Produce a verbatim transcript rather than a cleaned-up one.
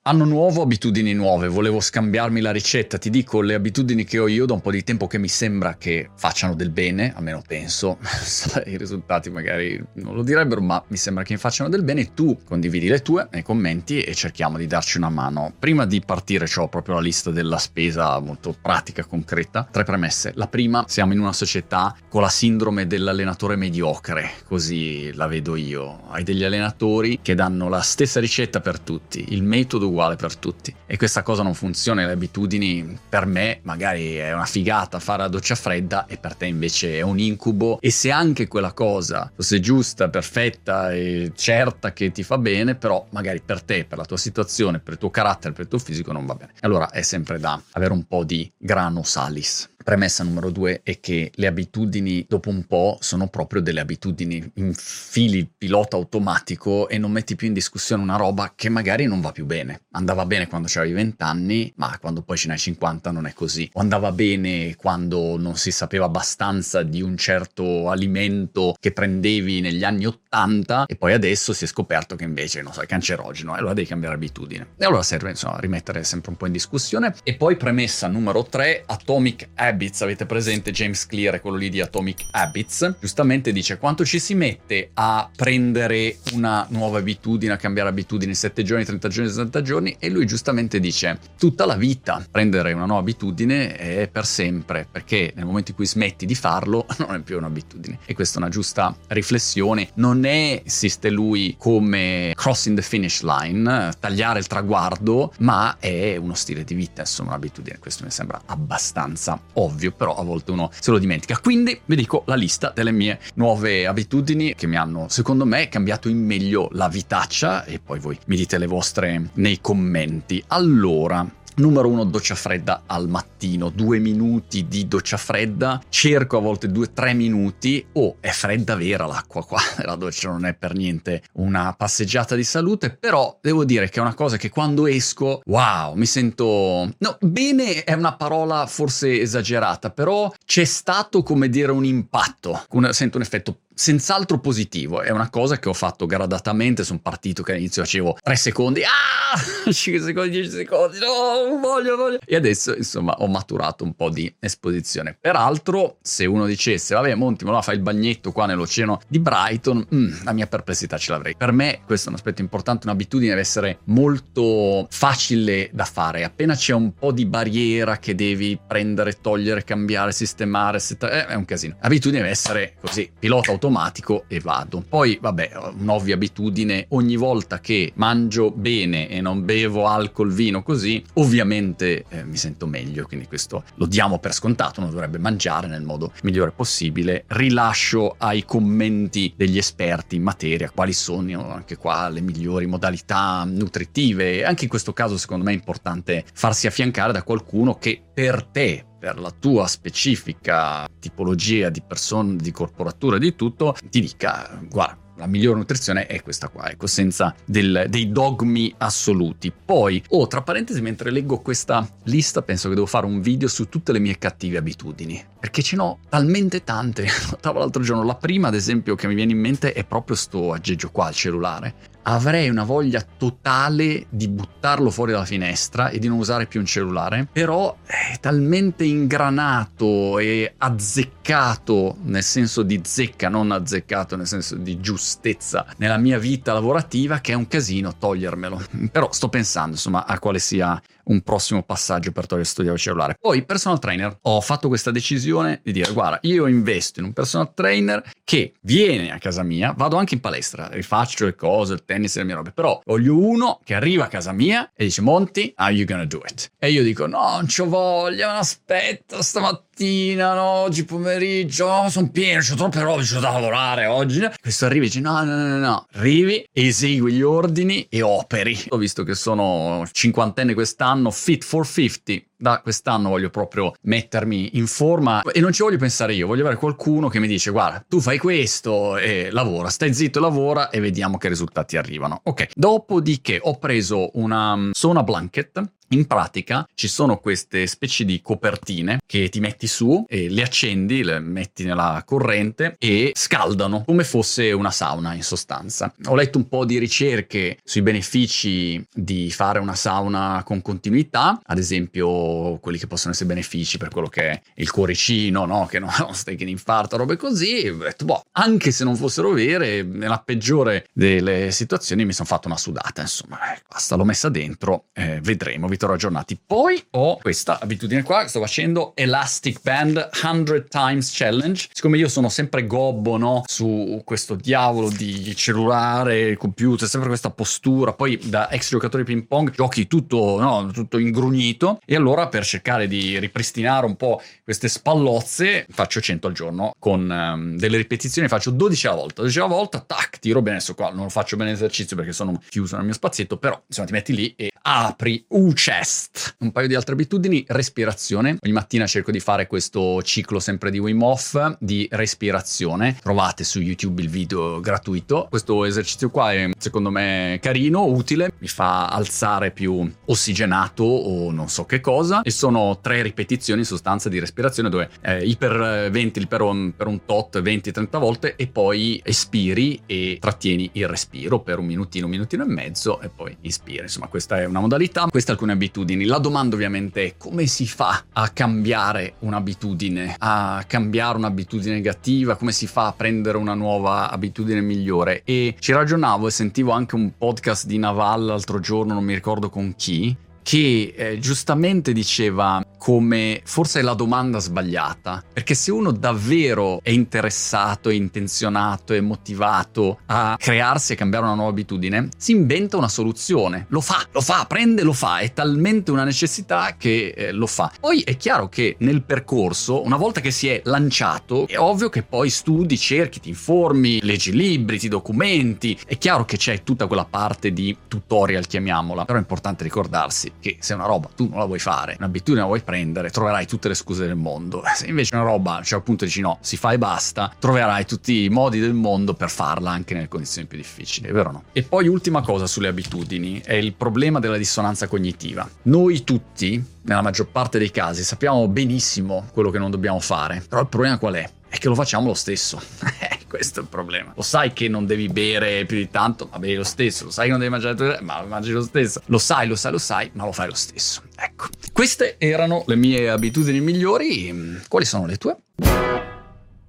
Anno nuovo, abitudini nuove, volevo scambiarmi la ricetta, ti dico le abitudini che ho io da un po' di tempo che mi sembra che facciano del bene, almeno penso, i risultati magari non lo direbbero, ma mi sembra che mi facciano del bene. Tu condividi le tue nei commenti e cerchiamo di darci una mano. Prima di partire c'ho proprio la lista della spesa molto pratica, concreta. Tre premesse. La prima, siamo in una società con la sindrome dell'allenatore mediocre, così la vedo io. Hai degli allenatori che danno la stessa ricetta per tutti, il metodo uguale per tutti, e questa cosa non funziona. Le abitudini, per me magari è una figata fare la doccia fredda e per te invece è un incubo, e se anche quella cosa fosse giusta, perfetta e certa che ti fa bene, però magari per te, per la tua situazione, per il tuo carattere, per il tuo fisico non va bene. Allora è sempre da avere un po' di grano salis. Premessa numero due è che le abitudini dopo un po' sono proprio delle abitudini, infili il pilota automatico e non metti più in discussione una roba che magari non va più bene. Andava bene quando c'avevi venti anni, ma quando poi ce n'hai cinquanta non è così. O andava bene quando non si sapeva abbastanza di un certo alimento che prendevi negli anni ottanta e poi adesso si è scoperto che invece, non so, è cancerogeno, e allora devi cambiare abitudine. E allora serve, insomma, rimettere sempre un po' in discussione. E poi premessa numero tre, Atomic Habits. Avete presente James Clear, quello lì di Atomic Habits? Giustamente dice quanto ci si mette a prendere una nuova abitudine, a cambiare abitudini, sette giorni, trenta giorni, sessanta giorni, e lui giustamente dice tutta la vita. Prendere una nuova abitudine è per sempre, perché nel momento in cui smetti di farlo non è più un'abitudine. E questa è una giusta riflessione. Non è, esiste lui, come crossing the finish line, tagliare il traguardo, ma è uno stile di vita, insomma, un'abitudine. Questo mi sembra abbastanza ovvio, però a volte uno se lo dimentica. Quindi vi dico la lista delle mie nuove abitudini che mi hanno, secondo me, cambiato in meglio la vitaccia, e poi voi mi dite le vostre nei commenti. Allora, numero uno, doccia fredda al mattino, due minuti di doccia fredda, cerco a volte due tre minuti. Oh, è fredda vera l'acqua qua, la doccia non è per niente una passeggiata di salute, però devo dire che è una cosa che quando esco, wow, mi sento, no, bene è una parola forse esagerata, però c'è stato, come dire, un impatto, sento un effetto senz'altro positivo. È una cosa che ho fatto gradatamente. Sono partito che all'inizio facevo tre secondi, ah, cinque secondi, dieci secondi, no, voglio, voglio, e adesso insomma ho maturato un po' di esposizione. Peraltro, se uno dicesse vabbè Monti, ma là fai il bagnetto qua nell'oceano di Brighton, mm, la mia perplessità ce l'avrei. Per me questo è un aspetto importante. Un'abitudine deve essere molto facile da fare. Appena c'è un po' di barriera che devi prendere, togliere, cambiare, sistemare, set- eh, è un casino. L'abitudine deve essere così, pilota automatico automatico e vado. Poi vabbè, un'ovvia abitudine: ogni volta che mangio bene e non bevo alcol, vino, così ovviamente eh, mi sento meglio, quindi questo lo diamo per scontato. Uno dovrebbe mangiare nel modo migliore possibile. Rilascio ai commenti degli esperti in materia quali sono anche qua le migliori modalità nutritive. Anche in questo caso secondo me è importante farsi affiancare da qualcuno che per te, per la tua specifica tipologia di persone, di corporatura, di tutto, ti dica guarda, la migliore nutrizione è questa qua, ecco, senza del, dei dogmi assoluti. Poi, oh, tra parentesi, mentre leggo questa lista penso che devo fare un video su tutte le mie cattive abitudini, perché ce n'ho talmente tante. Notavo l'altro giorno, la prima ad esempio che mi viene in mente è proprio sto aggeggio qua al cellulare. Avrei una voglia totale di buttarlo fuori dalla finestra e di non usare più un cellulare, però è talmente ingranato e azzeccato, nel senso di zecca, non azzeccato nel senso di giustezza, nella mia vita lavorativa, che è un casino togliermelo. Però sto pensando insomma a quale sia un prossimo passaggio per togliere questo diavolo cellulare. Poi personal trainer. Ho fatto questa decisione di dire guarda, io investo in un personal trainer che viene a casa mia, vado anche in palestra, rifaccio le cose, il tennis e le mie robe, però voglio uno che arriva a casa mia e dice Monti, are you gonna do it? E io dico no, non c'ho voglia, ma aspetta stamattina, no, oggi pomeriggio, oh, sono pieno, c'ho troppe robe, c'ho da lavorare oggi. Questo arrivi e dice no, no, no, no, arrivi, esegui gli ordini e operi. Ho visto che sono cinquantenne quest'anno, fit for cinquanta. Da quest'anno voglio proprio mettermi in forma e non ci voglio pensare io, voglio avere qualcuno che mi dice guarda, tu fai questo e lavora, stai zitto e lavora e vediamo che risultati arrivano. Ok, dopodiché ho preso una sauna blanket In pratica ci sono queste specie di copertine che ti metti su e le accendi, le metti nella corrente e scaldano come fosse una sauna, in sostanza. Ho letto un po' di ricerche sui benefici di fare una sauna con continuità, ad esempio quelli che possono essere benefici per quello che è il cuoricino, no? Che non stai che in infarto, robe così. Ho detto, boh, anche se non fossero vere, nella peggiore delle situazioni mi sono fatto una sudata, insomma, eh, basta, l'ho messa dentro, eh, vedremo, vi terrò aggiornati. Poi ho questa abitudine qua che sto facendo, Elastic Band cento Times Challenge. Siccome io sono sempre gobbo, no, su questo diavolo di cellulare, computer, sempre questa postura, poi da ex giocatore ping pong giochi tutto, no, tutto ingrugnito, e allora per cercare di ripristinare un po' queste spallozze faccio cento al giorno con um, delle ripetizioni, faccio dodici alla volta, dodici alla volta, tac, tiro bene. Adesso qua non lo faccio bene l'esercizio perché sono chiuso nel mio spazietto, però insomma ti metti lì e apri uh, chest. Un paio di altre abitudini: respirazione. Ogni mattina cerco di fare questo ciclo sempre di Wim Hof di respirazione. Trovate su YouTube il video gratuito. Questo esercizio qua è secondo me carino, utile, mi fa alzare più ossigenato o non so che cosa, e sono tre ripetizioni in sostanza di respirazione dove eh, iperventili per un, per un tot venti trenta volte e poi espiri e trattieni il respiro per un minutino, un minutino e mezzo e poi inspiri. Insomma, questa è una modalità. Queste alcune abitudini. La domanda ovviamente è: come si fa a cambiare un'abitudine, a cambiare un'abitudine negativa? Come si fa a prendere una nuova abitudine migliore? E ci ragionavo e sentivo anche un podcast di Naval l'altro giorno, non mi ricordo con chi, che eh, giustamente diceva come forse è la domanda sbagliata, perché se uno davvero è interessato, è intenzionato, è motivato a crearsi e cambiare una nuova abitudine, si inventa una soluzione, lo fa, lo fa, prende, lo fa, è talmente una necessità che eh, lo fa. Poi è chiaro che nel percorso, una volta che si è lanciato, è ovvio che poi studi, cerchi, ti informi, leggi libri, ti documenti, è chiaro che c'è tutta quella parte di tutorial, chiamiamola, però è importante ricordarsi che se una roba tu non la vuoi fare, un'abitudine la vuoi prendere, troverai tutte le scuse del mondo. Se invece una roba, cioè appunto dici no, si fa e basta, troverai tutti i modi del mondo per farla anche nelle condizioni più difficili, è vero o no? E poi ultima cosa sulle abitudini è il problema della dissonanza cognitiva. Noi tutti, nella maggior parte dei casi, sappiamo benissimo quello che non dobbiamo fare, però il problema qual è? È che lo facciamo lo stesso. Questo è il problema. Lo sai che non devi bere più di tanto, ma bevi lo stesso. Lo sai che non devi mangiare, ma lo mangi lo stesso. Lo sai, lo sai, lo sai, ma lo fai lo stesso. Ecco. Queste erano le mie abitudini migliori. Quali sono le tue?